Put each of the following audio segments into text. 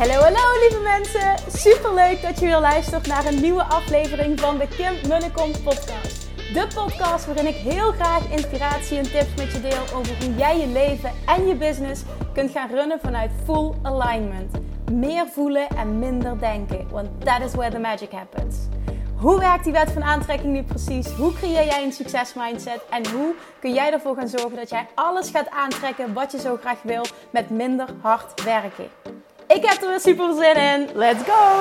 Hallo, hallo lieve mensen. Superleuk dat je weer luistert naar een nieuwe aflevering van de Kim Munnekom podcast. De podcast waarin ik heel graag inspiratie en tips met je deel over hoe jij je leven en je business kunt gaan runnen vanuit full alignment. Meer voelen en minder denken, want that is where the magic happens. Hoe werkt die wet van aantrekking nu precies? Hoe creëer jij een succesmindset? En hoe kun jij ervoor gaan zorgen dat jij alles gaat aantrekken wat je zo graag wil met minder hard werken? Ik heb er weer super zin in. Let's go!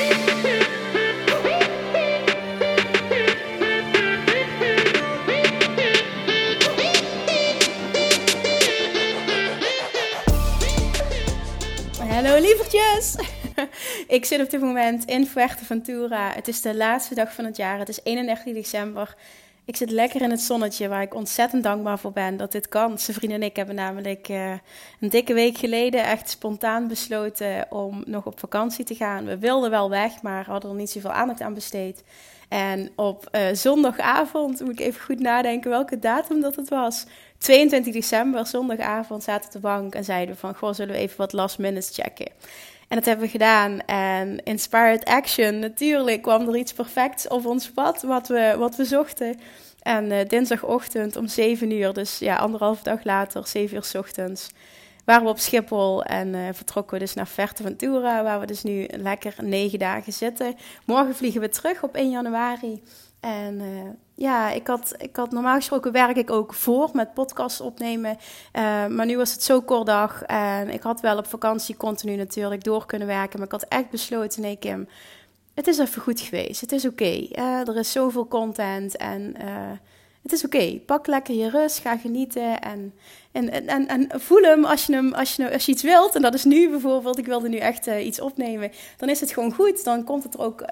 Hallo lievertjes! Ik zit op dit moment in Fuerteventura. Het is de laatste dag van het jaar. Het is 31 december. Ik zit lekker in het zonnetje waar ik ontzettend dankbaar voor ben dat dit kan. Zijn vriend en ik hebben namelijk een dikke week geleden echt spontaan besloten om nog op vakantie te gaan. We wilden wel weg, maar hadden er niet zoveel aandacht aan besteed. En op zondagavond, moet ik even goed nadenken welke datum dat het was. 22 december, zondagavond, zaten we op de bank en zeiden van, goh, zullen we even wat last minutes checken. En dat hebben we gedaan. En Inspired Action, natuurlijk kwam er iets perfects op ons pad wat we zochten. En dinsdagochtend om 7 uur, dus ja, 1,5 dag later, 7 uur 's ochtends, waren we op Schiphol en vertrokken we dus naar Fuerteventura, waar we dus nu lekker 9 dagen zitten. Morgen vliegen we terug op 1 januari. En ik had normaal gesproken werk ik ook voor met podcasts opnemen. Maar nu was het zo kort dag. En ik had wel op vakantie continu natuurlijk door kunnen werken. Maar ik had echt besloten, nee Kim, het is even goed geweest. Het is oké. Er is zoveel content en het is oké. Pak lekker je rust, ga genieten en voel hem als je iets wilt. En dat is nu bijvoorbeeld, ik wilde nu echt iets opnemen. Dan is het gewoon goed. Dan komt het er ook,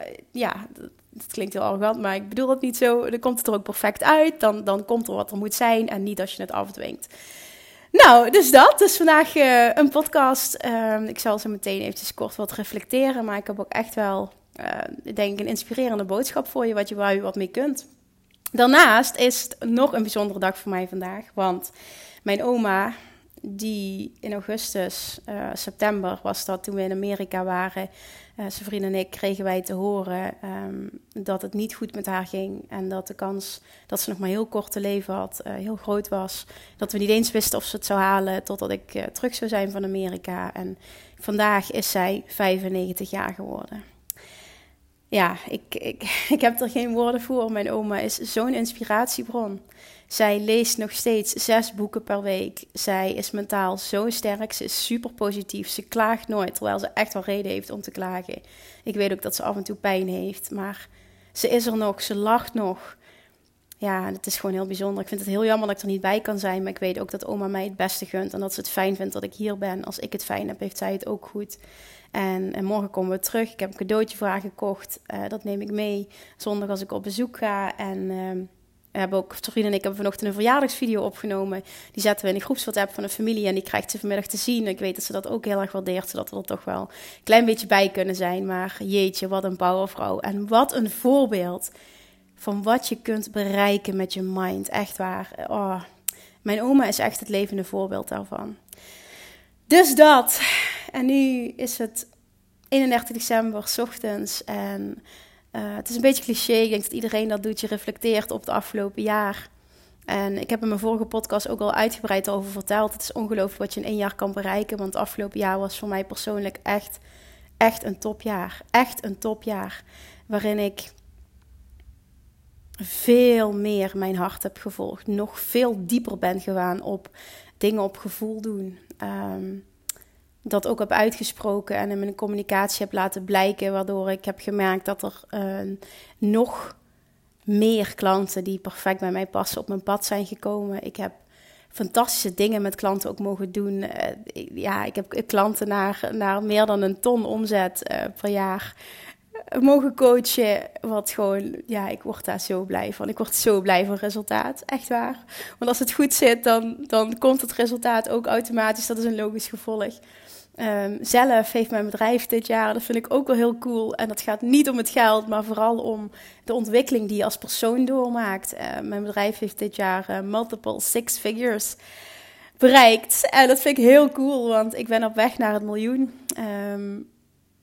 het klinkt heel arrogant, maar ik bedoel het niet zo. Dan komt het er ook perfect uit. Dan komt er wat er moet zijn en niet als je het afdwingt. Nou, dus dat. Dus vandaag een podcast. Ik zal zo meteen eventjes kort wat reflecteren. Maar ik heb ook echt wel, denk ik, een inspirerende boodschap voor je, waar je wat mee kunt. Daarnaast is het nog een bijzondere dag voor mij vandaag. Want mijn oma, die in augustus, september was dat, toen we in Amerika waren, zijn vriend en ik, kregen wij te horen dat het niet goed met haar ging. En dat de kans dat ze nog maar heel kort te leven had, heel groot was. Dat we niet eens wisten of ze het zou halen totdat ik terug zou zijn van Amerika. En vandaag is zij 95 jaar geworden. Ja, ik heb er geen woorden voor. Mijn oma is zo'n inspiratiebron. Zij leest nog steeds 6 boeken per week. Zij is mentaal zo sterk. Ze is super positief. Ze klaagt nooit, terwijl ze echt wel reden heeft om te klagen. Ik weet ook dat ze af en toe pijn heeft, maar ze is er nog. Ze lacht nog. Ja, het is gewoon heel bijzonder. Ik vind het heel jammer dat ik er niet bij kan zijn, maar ik weet ook dat oma mij het beste gunt en dat ze het fijn vindt dat ik hier ben. Als ik het fijn heb, heeft zij het ook goed. En morgen komen we terug. Ik heb een cadeautje voor haar gekocht. Dat neem ik mee zondag als ik op bezoek ga. En we hebben ook, vriend en ik hebben vanochtend een verjaardagsvideo opgenomen. Die zetten we in de groepswhatsapp van de familie en die krijgt ze vanmiddag te zien. Ik weet dat ze dat ook heel erg waardeert, zodat we er toch wel een klein beetje bij kunnen zijn. Maar jeetje, wat een powervrouw. En wat een voorbeeld van wat je kunt bereiken met je mind. Echt waar. Oh, mijn oma is echt het levende voorbeeld daarvan. Dus dat. En nu is het 31 december, 's ochtends. En het is een beetje cliché. Ik denk dat iedereen dat doet. Je reflecteert op het afgelopen jaar. En ik heb in mijn vorige podcast ook al uitgebreid over verteld. Het is ongelooflijk wat je in 1 jaar kan bereiken. Want het afgelopen jaar was voor mij persoonlijk echt een topjaar. Echt een topjaar. Waarin ik veel meer mijn hart heb gevolgd. Nog veel dieper ben gegaan op dingen op gevoel doen. Dat ook heb uitgesproken en in mijn communicatie heb laten blijken. Waardoor ik heb gemerkt dat er nog meer klanten die perfect bij mij passen op mijn pad zijn gekomen. Ik heb fantastische dingen met klanten ook mogen doen. Ik heb klanten naar meer dan 1 ton omzet per jaar mogen coachen. Wat gewoon, ik word daar zo blij van. Ik word zo blij van resultaat. Echt waar. Want als het goed zit, dan komt het resultaat ook automatisch. Dat is een logisch gevolg. Zelf heeft mijn bedrijf dit jaar, dat vind ik ook wel heel cool. En dat gaat niet om het geld, maar vooral om de ontwikkeling die je als persoon doormaakt. Mijn bedrijf heeft dit jaar multiple 6 figures bereikt. En dat vind ik heel cool, want ik ben op weg naar het miljoen.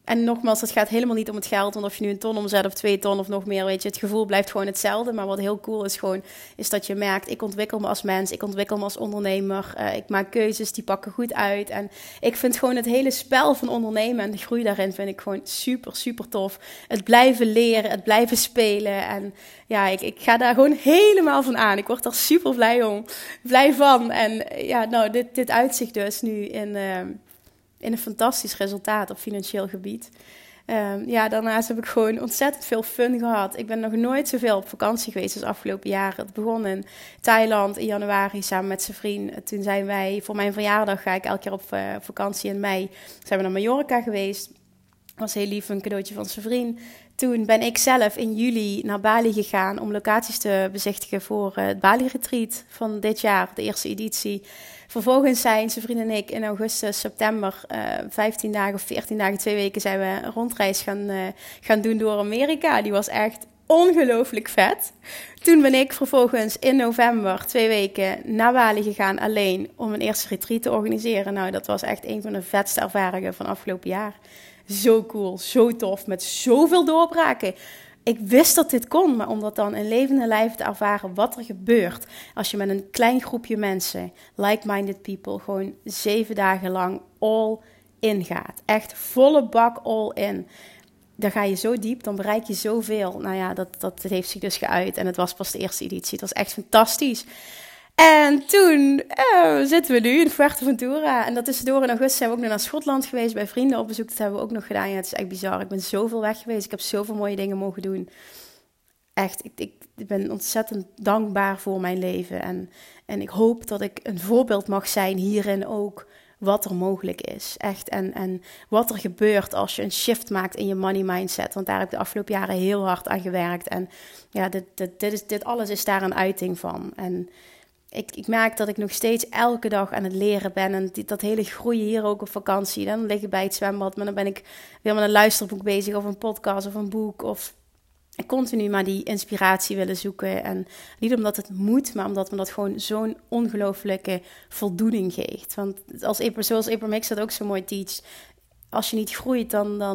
En nogmaals, het gaat helemaal niet om het geld. Want of je nu 1 ton omzet of 2 ton of nog meer, weet je, het gevoel blijft gewoon hetzelfde. Maar wat heel cool is gewoon, is dat je merkt, ik ontwikkel me als mens, ik ontwikkel me als ondernemer. Ik maak keuzes, die pakken goed uit. En ik vind gewoon het hele spel van ondernemen en de groei daarin vind ik gewoon super, super tof. Het blijven leren, het blijven spelen. En ja, ik ga daar gewoon helemaal van aan. Ik word daar super blij van. En ja, nou, dit uitzicht dus nu in een fantastisch resultaat op financieel gebied. Daarnaast heb ik gewoon ontzettend veel fun gehad. Ik ben nog nooit zoveel op vakantie geweest als afgelopen jaren. Het begon in Thailand in januari samen met zijn vriend. Toen zijn wij, voor mijn verjaardag ga ik elke keer op vakantie in mei. Zijn we naar Mallorca geweest. Was heel lief, een cadeautje van zijn vriend. Toen ben ik zelf in juli naar Bali gegaan om locaties te bezichtigen voor het Bali-retreat van dit jaar, de eerste editie. Vervolgens zijn zijn vriend en ik in augustus, september, 15 dagen of 14 dagen, 2 weken zijn we een rondreis gaan doen door Amerika. Die was echt ongelooflijk vet. Toen ben ik vervolgens in november 2 weken naar Bali gegaan alleen om een eerste retreat te organiseren. Nou, dat was echt een van de vetste ervaringen van afgelopen jaar. Zo cool, zo tof, met zoveel doorbraken. Ik wist dat dit kon, maar om dat dan in levende lijven te ervaren wat er gebeurt als je met een klein groepje mensen, like-minded people, gewoon 7 dagen lang all in gaat. Echt volle bak all in. Dan ga je zo diep, dan bereik je zoveel. Nou ja, dat heeft zich dus geuit en het was pas de eerste editie. Het was echt fantastisch. En toen zitten we nu in Fuerteventura. En dat tussendoor in augustus zijn we ook nog naar Schotland geweest bij vrienden op bezoek. Dat hebben we ook nog gedaan. Ja, het is echt bizar. Ik ben zoveel weg geweest. Ik heb zoveel mooie dingen mogen doen. Echt, ik ben ontzettend dankbaar voor mijn leven. En ik hoop dat ik een voorbeeld mag zijn hierin ook wat er mogelijk is. Echt. En wat er gebeurt als je een shift maakt in je money mindset. Want daar heb ik de afgelopen jaren heel hard aan gewerkt. En ja, dit alles is daar een uiting van. En ik merk dat ik nog steeds elke dag aan het leren ben. En dat hele groeien hier ook op vakantie. Dan lig ik bij het zwembad, maar dan ben ik weer met een luisterboek bezig. Of een podcast of een boek. Of continu maar die inspiratie willen zoeken. En niet omdat het moet, maar omdat me dat gewoon zo'n ongelooflijke voldoening geeft. Want zoals Abraham Hicks dat ook zo mooi teacht. Als je niet groeit,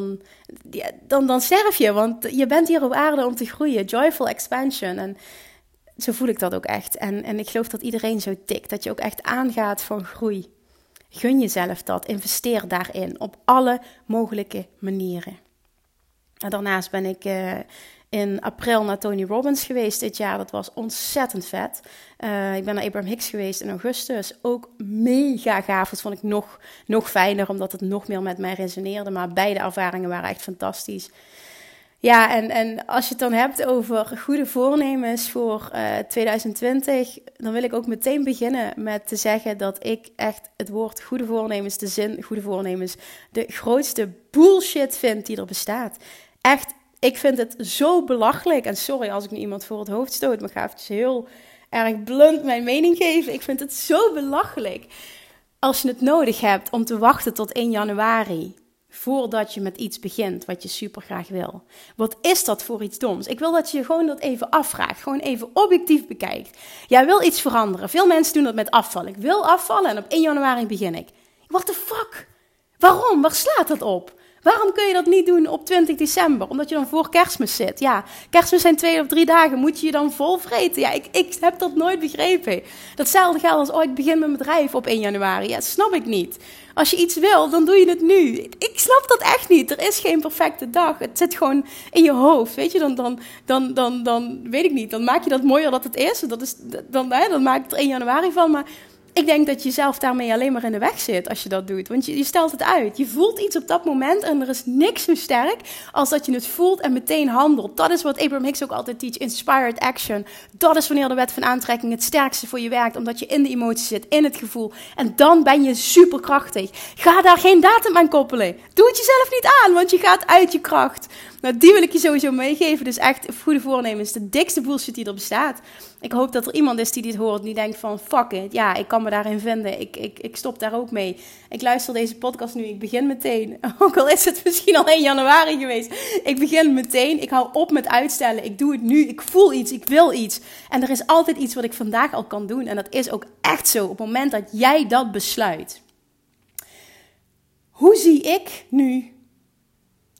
dan sterf je. Want je bent hier op aarde om te groeien. Joyful expansion. En zo voel ik dat ook echt. En ik geloof dat iedereen zo tikt. Dat je ook echt aangaat van groei. Gun jezelf dat. Investeer daarin. Op alle mogelijke manieren. En daarnaast ben ik in april naar Tony Robbins geweest dit jaar. Dat was ontzettend vet. Ik ben naar Abraham Hicks geweest in augustus. Ook mega gaaf. Dat vond ik nog fijner, omdat het nog meer met mij resoneerde. Maar beide ervaringen waren echt fantastisch. Ja, en als je het dan hebt over goede voornemens voor 2020... dan wil ik ook meteen beginnen met te zeggen dat ik echt het woord goede voornemens, de zin goede voornemens, de grootste bullshit vind die er bestaat. Echt, ik vind het zo belachelijk. En sorry als ik nu iemand voor het hoofd stoot, maar ik ga even heel erg blunt mijn mening geven. Ik vind het zo belachelijk als je het nodig hebt om te wachten tot 1 januari... voordat je met iets begint wat je super graag wil. Wat is dat voor iets doms? Ik wil dat je gewoon dat even afvraagt. Gewoon even objectief bekijkt. Jij wil iets veranderen. Veel mensen doen dat met afvallen. Ik wil afvallen en op 1 januari begin ik. What the fuck? Waarom? Waar slaat dat op? Waarom kun je dat niet doen op 20 december? Omdat je dan voor Kerstmis zit. Ja, Kerstmis zijn 2 of 3 dagen. Moet je je dan vol vreten? Ja, ik heb dat nooit begrepen. Datzelfde geldt als, ik begin mijn bedrijf op 1 januari. Ja, snap ik niet. Als je iets wil, dan doe je het nu. Ik snap dat echt niet. Er is geen perfecte dag. Het zit gewoon in je hoofd. Weet je, dan weet ik niet. Dan maak je dat mooier dat het is. Dan maak ik er 1 januari van. Maar ik denk dat je zelf daarmee alleen maar in de weg zit als je dat doet. Want je stelt het uit. Je voelt iets op dat moment en er is niks zo sterk als dat je het voelt en meteen handelt. Dat is wat Abraham Hicks ook altijd teacht. Inspired action. Dat is wanneer de wet van aantrekking het sterkste voor je werkt. Omdat je in de emotie zit, in het gevoel. En dan ben je superkrachtig. Ga daar geen datum aan koppelen. Doe het jezelf niet aan, want je gaat uit je kracht. Nou, die wil ik je sowieso meegeven. Dus echt goede voornemens. De dikste bullshit die er bestaat. Ik hoop dat er iemand is die dit hoort. Die denkt van fuck it. Ja, ik kan me daarin vinden. Ik stop daar ook mee. Ik luister deze podcast nu. Ik begin meteen. Ook al is het misschien al 1 januari geweest. Ik begin meteen. Ik hou op met uitstellen. Ik doe het nu. Ik voel iets. Ik wil iets. En er is altijd iets wat ik vandaag al kan doen. En dat is ook echt zo. Op het moment dat jij dat besluit. Hoe zie ik nu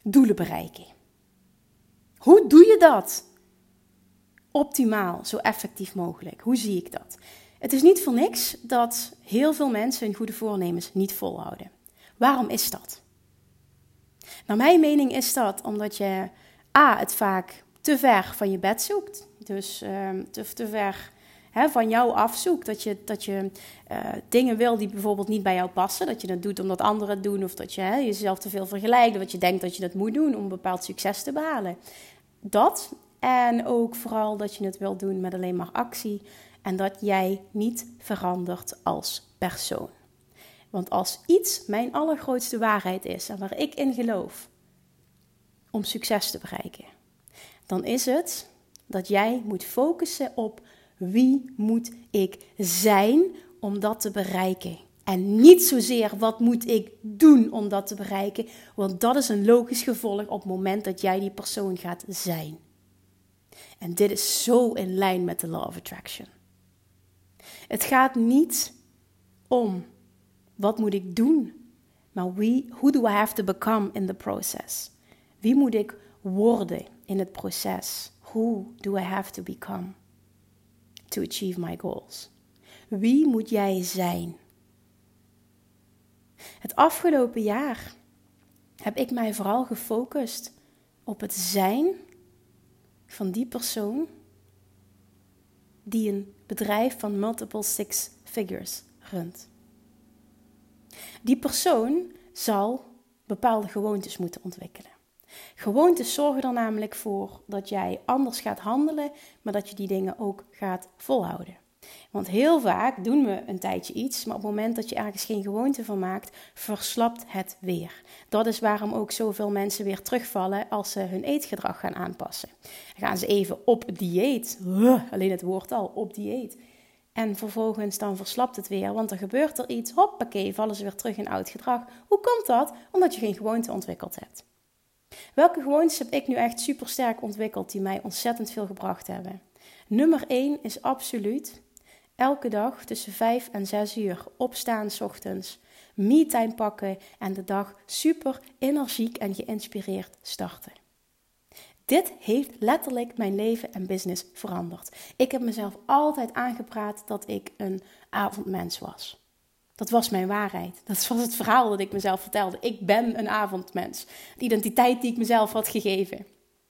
doelen bereiken. Hoe doe je dat? Optimaal, zo effectief mogelijk. Hoe zie ik dat? Het is niet voor niks dat heel veel mensen hun goede voornemens niet volhouden. Waarom is dat? Naar mijn mening is dat omdat je het vaak te ver van je bed zoekt. Dus te ver van jou afzoekt. Dat je dingen wil die bijvoorbeeld niet bij jou passen. Dat je dat doet omdat anderen het doen. Of dat je jezelf te veel vergelijkt. Of dat je denkt dat je dat moet doen om een bepaald succes te behalen. Dat. En ook vooral dat je het wil doen met alleen maar actie. En dat jij niet verandert als persoon. Want als iets mijn allergrootste waarheid is en waar ik in geloof om succes te bereiken, dan is het dat jij moet focussen op wie moet ik zijn om dat te bereiken. En niet zozeer wat moet ik doen om dat te bereiken, want dat is een logisch gevolg op het moment dat jij die persoon gaat zijn. En dit is zo in lijn met de Law of Attraction. Het gaat niet om wat moet ik doen, maar who do I have to become in the process? Wie moet ik worden in het proces? Who do I have to become to achieve my goals? Wie moet jij zijn? Het afgelopen jaar heb ik mij vooral gefocust op het zijn van die persoon die een bedrijf van multiple six figures runt. Die persoon zal bepaalde gewoontes moeten ontwikkelen. Gewoontes zorgen er namelijk voor dat jij anders gaat handelen, maar dat je die dingen ook gaat volhouden. Want heel vaak doen we een tijdje iets, maar op het moment dat je ergens geen gewoonte van maakt, verslapt het weer. Dat is waarom ook zoveel mensen weer terugvallen als ze hun eetgedrag gaan aanpassen. Dan gaan ze even op dieet, alleen het woord al, op dieet. En vervolgens dan verslapt het weer, want er gebeurt er iets, hoppakee, vallen ze weer terug in oud gedrag. Hoe komt dat? Omdat je geen gewoonte ontwikkeld hebt. Welke gewoontes heb ik nu echt super sterk ontwikkeld die mij ontzettend veel gebracht hebben? Nummer 1 is absoluut elke dag tussen 5 en 6 uur opstaan 's ochtends, me-time pakken en de dag super energiek en geïnspireerd starten. Dit heeft letterlijk mijn leven en business veranderd. Ik heb mezelf altijd aangepraat dat ik een avondmens was. Dat was mijn waarheid. Dat was het verhaal dat ik mezelf vertelde. Ik ben een avondmens. De identiteit die ik mezelf had gegeven.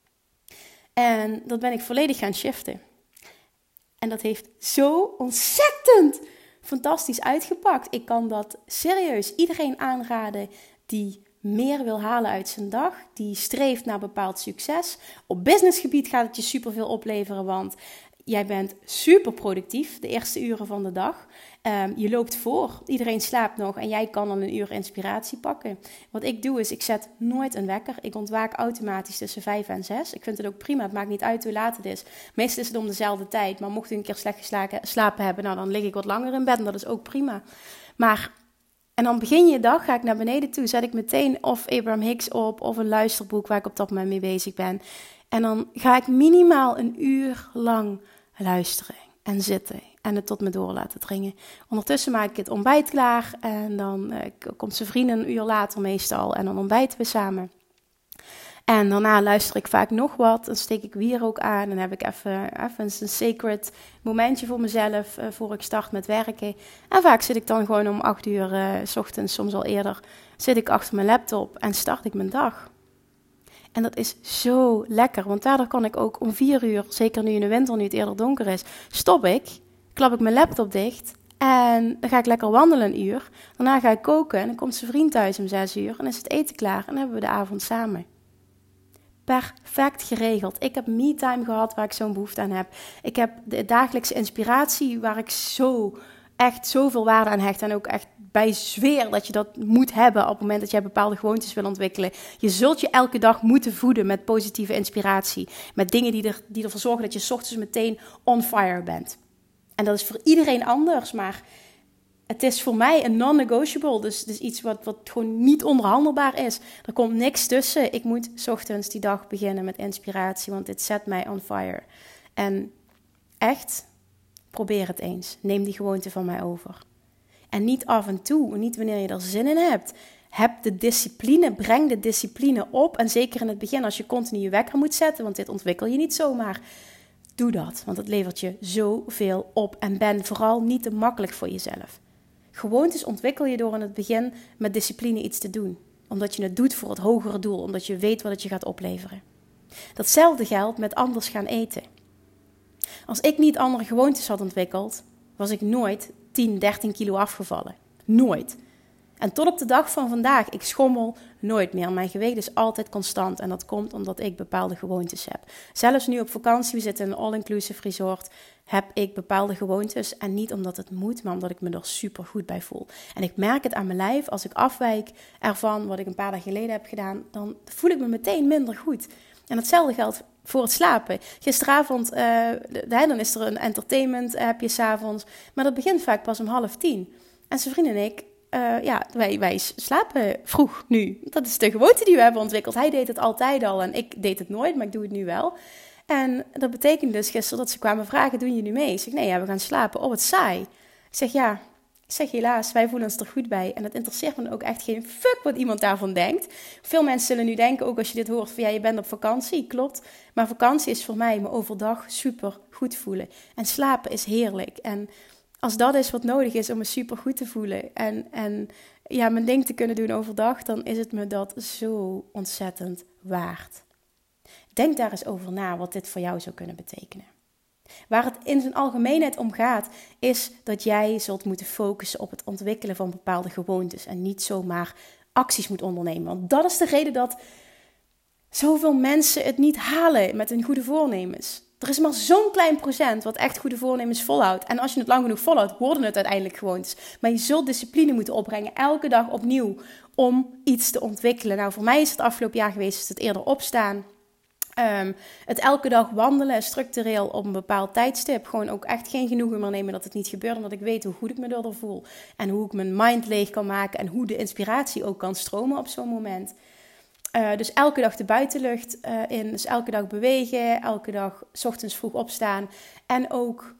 En dat ben ik volledig gaan shiften. En dat heeft zo ontzettend fantastisch uitgepakt. Ik kan dat serieus iedereen aanraden die meer wil halen uit zijn dag, die streeft naar bepaald succes. Op businessgebied gaat het je superveel opleveren, want jij bent super productief de eerste uren van de dag. Je loopt voor, iedereen slaapt nog en jij kan dan een uur inspiratie pakken. Wat ik doe is, ik zet nooit een wekker. Ik ontwaak automatisch tussen 5 en 6. Ik vind het ook prima, het maakt niet uit hoe laat het is. Meestal is het om dezelfde tijd, maar mocht ik een keer slecht geslapen hebben, nou dan lig ik wat langer in bed en dat is ook prima. En dan begin je dag, ga ik naar beneden toe, zet ik meteen of Abraham Hicks op of een luisterboek waar ik op dat moment mee bezig ben. En dan ga ik minimaal een uur lang luisteren en zitten en het tot me door laten dringen. Ondertussen maak ik het ontbijt klaar en dan komt zijn vriend een uur later meestal en dan ontbijten we samen. En daarna luister ik vaak nog wat, dan steek ik wierook aan en heb ik even een sacred momentje voor mezelf voor ik start met werken. En vaak zit ik dan gewoon om 8 uur 's ochtends, soms al eerder, zit ik achter mijn laptop en start ik mijn dag. En dat is zo lekker, want daardoor kan ik ook om 4 uur, zeker nu in de winter, nu het eerder donker is, stop ik, klap ik mijn laptop dicht en dan ga ik lekker wandelen een uur. Daarna ga ik koken en dan komt zijn vriend thuis om 6 uur en is het eten klaar en dan hebben we de avond samen. Perfect geregeld. Ik heb me-time gehad waar ik zo'n behoefte aan heb. Ik heb de dagelijkse inspiratie waar ik echt zoveel waarde aan hecht. En ook echt bij zweer dat je dat moet hebben op het moment dat jij bepaalde gewoontes wil ontwikkelen. Je zult je elke dag moeten voeden met positieve inspiratie. Met dingen die ervoor zorgen dat je 's ochtends meteen on fire bent. En dat is voor iedereen anders, maar het is voor mij een non-negotiable, dus iets wat gewoon niet onderhandelbaar is. Er komt niks tussen. Ik moet 's ochtends die dag beginnen met inspiratie, want dit zet mij on fire. En echt, probeer het eens. Neem die gewoonte van mij over. En niet af en toe, niet wanneer je er zin in hebt. Heb de discipline, breng de discipline op. En zeker in het begin als je continu je wekker moet zetten, want dit ontwikkel je niet zomaar. Doe dat, want het levert je zoveel op. En ben vooral niet te makkelijk voor jezelf. Gewoontes ontwikkel je door in het begin met discipline iets te doen. Omdat je het doet voor het hogere doel, omdat je weet wat het je gaat opleveren. Datzelfde geldt met anders gaan eten. Als ik niet andere gewoontes had ontwikkeld, was ik nooit 10, 13 kilo afgevallen. Nooit. En tot op de dag van vandaag, ik schommel nooit meer. Mijn gewicht is altijd constant en dat komt omdat ik bepaalde gewoontes heb. Zelfs nu op vakantie, we zitten in een all-inclusive resort, heb ik bepaalde gewoontes. En niet omdat het moet, maar omdat ik me er super goed bij voel. En ik merk het aan mijn lijf, als ik afwijk ervan wat ik een paar dagen geleden heb gedaan, dan voel ik me meteen minder goed. En hetzelfde geldt voor het slapen. Gisteravond, dan is er een entertainment, heb je 's avonds. Maar dat begint vaak pas om 9:30. En zijn vriend en ik, wij slapen vroeg nu. Dat is de gewoonte die we hebben ontwikkeld. Hij deed het altijd al en ik deed het nooit, maar ik doe het nu wel. En dat betekent dus gisteren dat ze kwamen vragen, doen jullie mee? Ik zeg, nee, we gaan slapen. Oh, wat saai. Ik zeg, ja. Ik zeg, helaas, wij voelen ons er goed bij. En het interesseert me ook echt geen fuck wat iemand daarvan denkt. Veel mensen zullen nu denken, ook als je dit hoort, van ja, je bent op vakantie. Klopt. Maar vakantie is voor mij me overdag super goed voelen. En slapen is heerlijk. En als dat is wat nodig is om me super goed te voelen en mijn ding te kunnen doen overdag, dan is het me dat zo ontzettend waard. Denk daar eens over na wat dit voor jou zou kunnen betekenen. Waar het in zijn algemeenheid om gaat, is dat jij zult moeten focussen op het ontwikkelen van bepaalde gewoontes en niet zomaar acties moet ondernemen. Want dat is de reden dat zoveel mensen het niet halen met hun goede voornemens. Er is maar zo'n klein procent wat echt goede voornemens volhoudt. En als je het lang genoeg volhoudt, worden het uiteindelijk gewoontes. Maar je zult discipline moeten opbrengen, elke dag opnieuw, om iets te ontwikkelen. Nou, voor mij is het afgelopen jaar geweest, is het eerder opstaan. Het elke dag wandelen, structureel op een bepaald tijdstip. Gewoon ook echt geen genoegen meer nemen dat het niet gebeurt. Omdat ik weet hoe goed ik me erdoor voel. En hoe ik mijn mind leeg kan maken. En hoe de inspiratie ook kan stromen op zo'n moment. Dus elke dag de buitenlucht in. Dus elke dag bewegen. Elke dag 's ochtends vroeg opstaan. En ook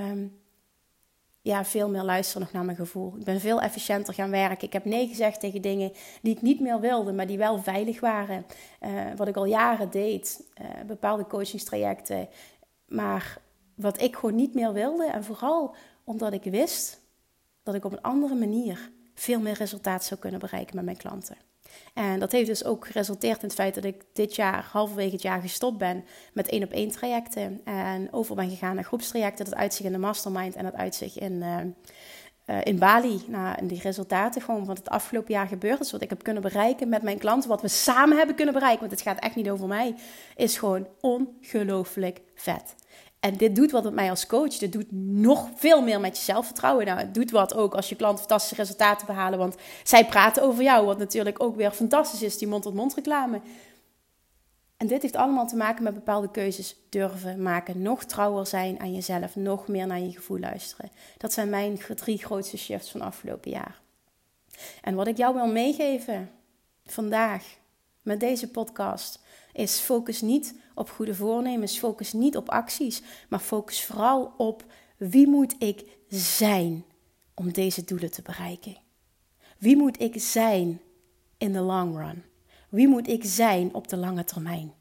veel meer luisteren nog naar mijn gevoel. Ik ben veel efficiënter gaan werken. Ik heb nee gezegd tegen dingen die ik niet meer wilde, maar die wel veilig waren. Wat ik al jaren deed. Bepaalde coachingstrajecten. Maar wat ik gewoon niet meer wilde. En vooral omdat ik wist dat ik op een andere manier veel meer resultaat zou kunnen bereiken met mijn klanten. En dat heeft dus ook geresulteerd in het feit dat ik dit jaar, halverwege het jaar, gestopt ben met 1-op-1 trajecten. En over ben gegaan naar groepstrajecten. Dat uitzicht in de mastermind en dat uitzicht in Bali. Nou, en die resultaten gewoon wat het afgelopen jaar gebeurd is, wat ik heb kunnen bereiken met mijn klanten, wat we samen hebben kunnen bereiken, want het gaat echt niet over mij, is gewoon ongelooflijk vet. En dit doet wat met mij als coach. Dit doet nog veel meer met je zelfvertrouwen. Nou, het doet wat ook als je klanten fantastische resultaten behalen. Want zij praten over jou. Wat natuurlijk ook weer fantastisch is, die mond-tot-mond reclame. En dit heeft allemaal te maken met bepaalde keuzes durven maken. Nog trouwer zijn aan jezelf. Nog meer naar je gevoel luisteren. Dat zijn mijn 3 grootste shifts van afgelopen jaar. En wat ik jou wil meegeven vandaag met deze podcast is: focus niet op goede voornemens, focus niet op acties, maar focus vooral op wie moet ik zijn om deze doelen te bereiken. Wie moet ik zijn in the long run? Wie moet ik zijn op de lange termijn?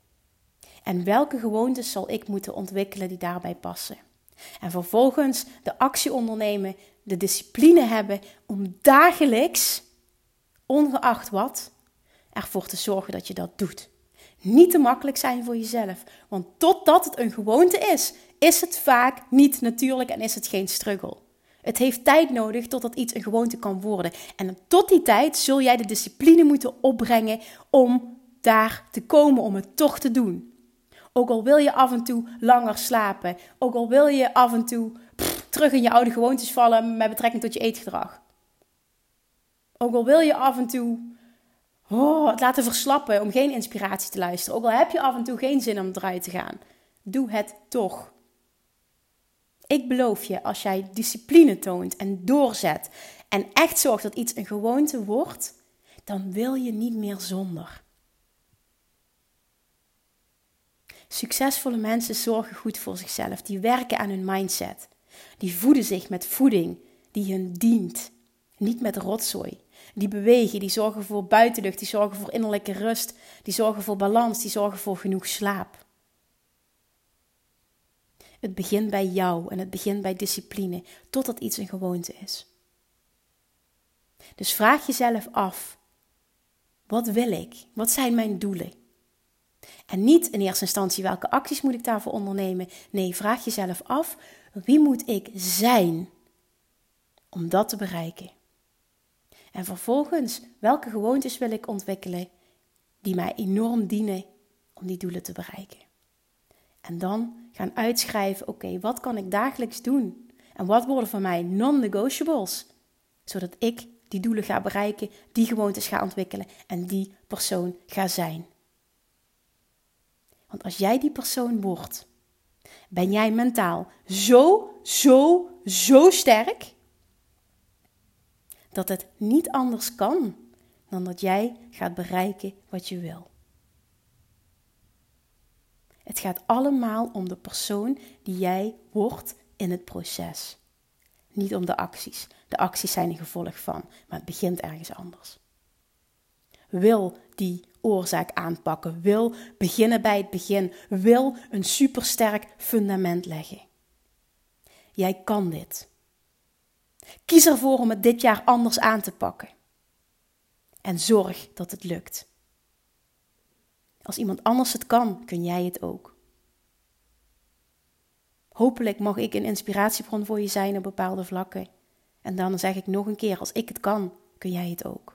En welke gewoontes zal ik moeten ontwikkelen die daarbij passen? En vervolgens de actie ondernemen, de discipline hebben om dagelijks, ongeacht wat, ervoor te zorgen dat je dat doet. Niet te makkelijk zijn voor jezelf. Want totdat het een gewoonte is het vaak niet natuurlijk en is het geen struggle. Het heeft tijd nodig totdat iets een gewoonte kan worden. En tot die tijd zul jij de discipline moeten opbrengen om daar te komen, om het toch te doen. Ook al wil je af en toe langer slapen. Ook al wil je af en toe terug in je oude gewoontes vallen met betrekking tot je eetgedrag. Ook al wil je af en toe het laten verslappen om geen inspiratie te luisteren. Ook al heb je af en toe geen zin om eruit te gaan. Doe het toch. Ik beloof je, als jij discipline toont en doorzet en echt zorgt dat iets een gewoonte wordt, dan wil je niet meer zonder. Succesvolle mensen zorgen goed voor zichzelf. Die werken aan hun mindset. Die voeden zich met voeding die hun dient. Niet met rotzooi. die bewegen, die zorgen voor buitenlucht, die zorgen voor innerlijke rust, die zorgen voor balans, die zorgen voor genoeg slaap. Het begint bij jou en het begint bij discipline, totdat iets een gewoonte is. Dus vraag jezelf af, wat wil ik? Wat zijn mijn doelen? En niet in eerste instantie welke acties moet ik daarvoor ondernemen. Nee, vraag jezelf af, wie moet ik zijn om dat te bereiken? En vervolgens, welke gewoontes wil ik ontwikkelen die mij enorm dienen om die doelen te bereiken? En dan gaan uitschrijven, oké, wat kan ik dagelijks doen? En wat worden voor mij non-negotiables? Zodat ik die doelen ga bereiken, die gewoontes ga ontwikkelen en die persoon ga zijn. Want als jij die persoon wordt, ben jij mentaal zo sterk, dat het niet anders kan dan dat jij gaat bereiken wat je wil. Het gaat allemaal om de persoon die jij wordt in het proces. Niet om de acties. De acties zijn een gevolg van, maar het begint ergens anders. Wil die oorzaak aanpakken, wil beginnen bij het begin, wil een supersterk fundament leggen. Jij kan dit. Kies ervoor om het dit jaar anders aan te pakken. En zorg dat het lukt. Als iemand anders het kan, kun jij het ook. Hopelijk mag ik een inspiratiebron voor je zijn op bepaalde vlakken. En dan zeg ik nog een keer, als ik het kan, kun jij het ook.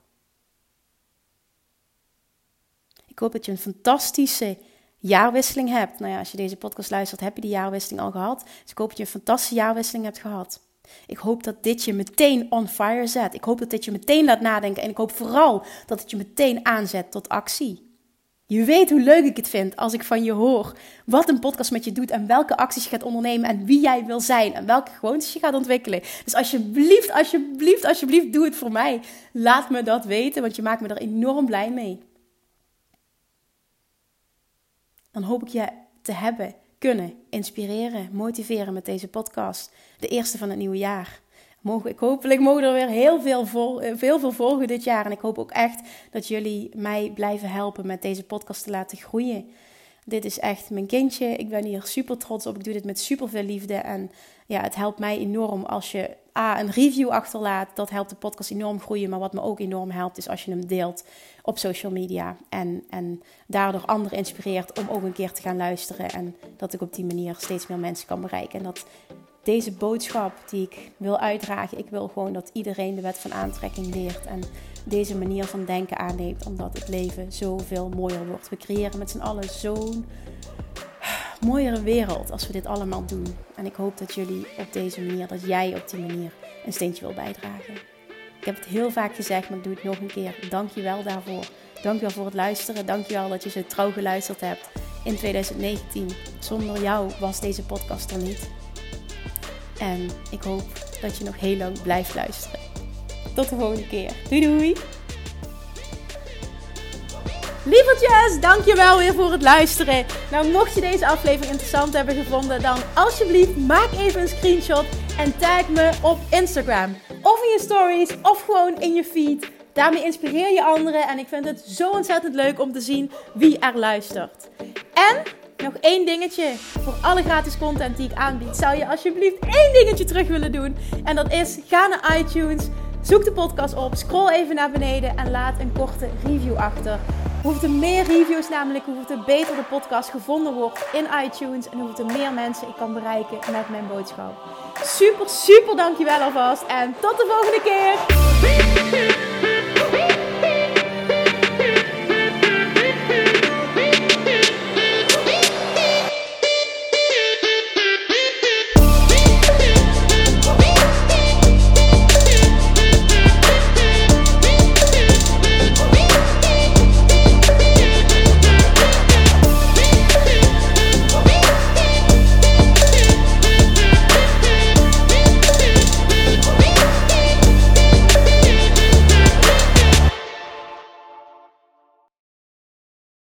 Ik hoop dat je een fantastische jaarwisseling hebt. Nou ja, als je deze podcast luistert, heb je die jaarwisseling al gehad. Dus ik hoop dat je een fantastische jaarwisseling hebt gehad. Ik hoop dat dit je meteen on fire zet. Ik hoop dat dit je meteen laat nadenken. En ik hoop vooral dat het je meteen aanzet tot actie. Je weet hoe leuk ik het vind als ik van je hoor wat een podcast met je doet en welke acties je gaat ondernemen en wie jij wil zijn en welke gewoontes je gaat ontwikkelen. Dus alsjeblieft, doe het voor mij. Laat me dat weten, want je maakt me er enorm blij mee. Dan hoop ik je te hebben, kunnen inspireren, motiveren met deze podcast. De eerste van het nieuwe jaar. Hopelijk mogen er weer heel veel volgen dit jaar. En ik hoop ook echt dat jullie mij blijven helpen met deze podcast te laten groeien. Dit is echt mijn kindje. Ik ben hier super trots op. Ik doe dit met super veel liefde. En ja, het helpt mij enorm als je een review achterlaat. Dat helpt de podcast enorm groeien. Maar wat me ook enorm helpt is als je hem deelt op social media. En daardoor anderen inspireert om ook een keer te gaan luisteren. En dat ik op die manier steeds meer mensen kan bereiken. En dat deze boodschap die ik wil uitdragen, ik wil gewoon dat iedereen de wet van aantrekking leert en deze manier van denken aanneemt, omdat het leven zoveel mooier wordt. We creëren met z'n allen zo'n mooiere wereld als we dit allemaal doen. En ik hoop dat jullie op deze manier, dat jij op die manier een steentje wil bijdragen. Ik heb het heel vaak gezegd, maar ik doe het nog een keer. Dank je wel daarvoor. Dank je wel voor het luisteren. Dank je wel dat je zo trouw geluisterd hebt in 2019. Zonder jou was deze podcast er niet. En ik hoop dat je nog heel lang blijft luisteren. Tot de volgende keer. Doei doei! Lievertjes, dankjewel weer voor het luisteren. Nou, mocht je deze aflevering interessant hebben gevonden, dan alsjeblieft maak even een screenshot en tag me op Instagram. Of in je stories, of gewoon in je feed. Daarmee inspireer je anderen en ik vind het zo ontzettend leuk om te zien wie er luistert. En nog één dingetje. Voor alle gratis content die ik aanbied, zou je alsjeblieft één dingetje terug willen doen. En dat is, ga naar iTunes, zoek de podcast op, scroll even naar beneden en laat een korte review achter. Hoeveel meer reviews namelijk, hoeveel beter de podcast gevonden wordt in iTunes en hoeveel meer mensen ik kan bereiken met mijn boodschap. Super dankjewel alvast en tot de volgende keer!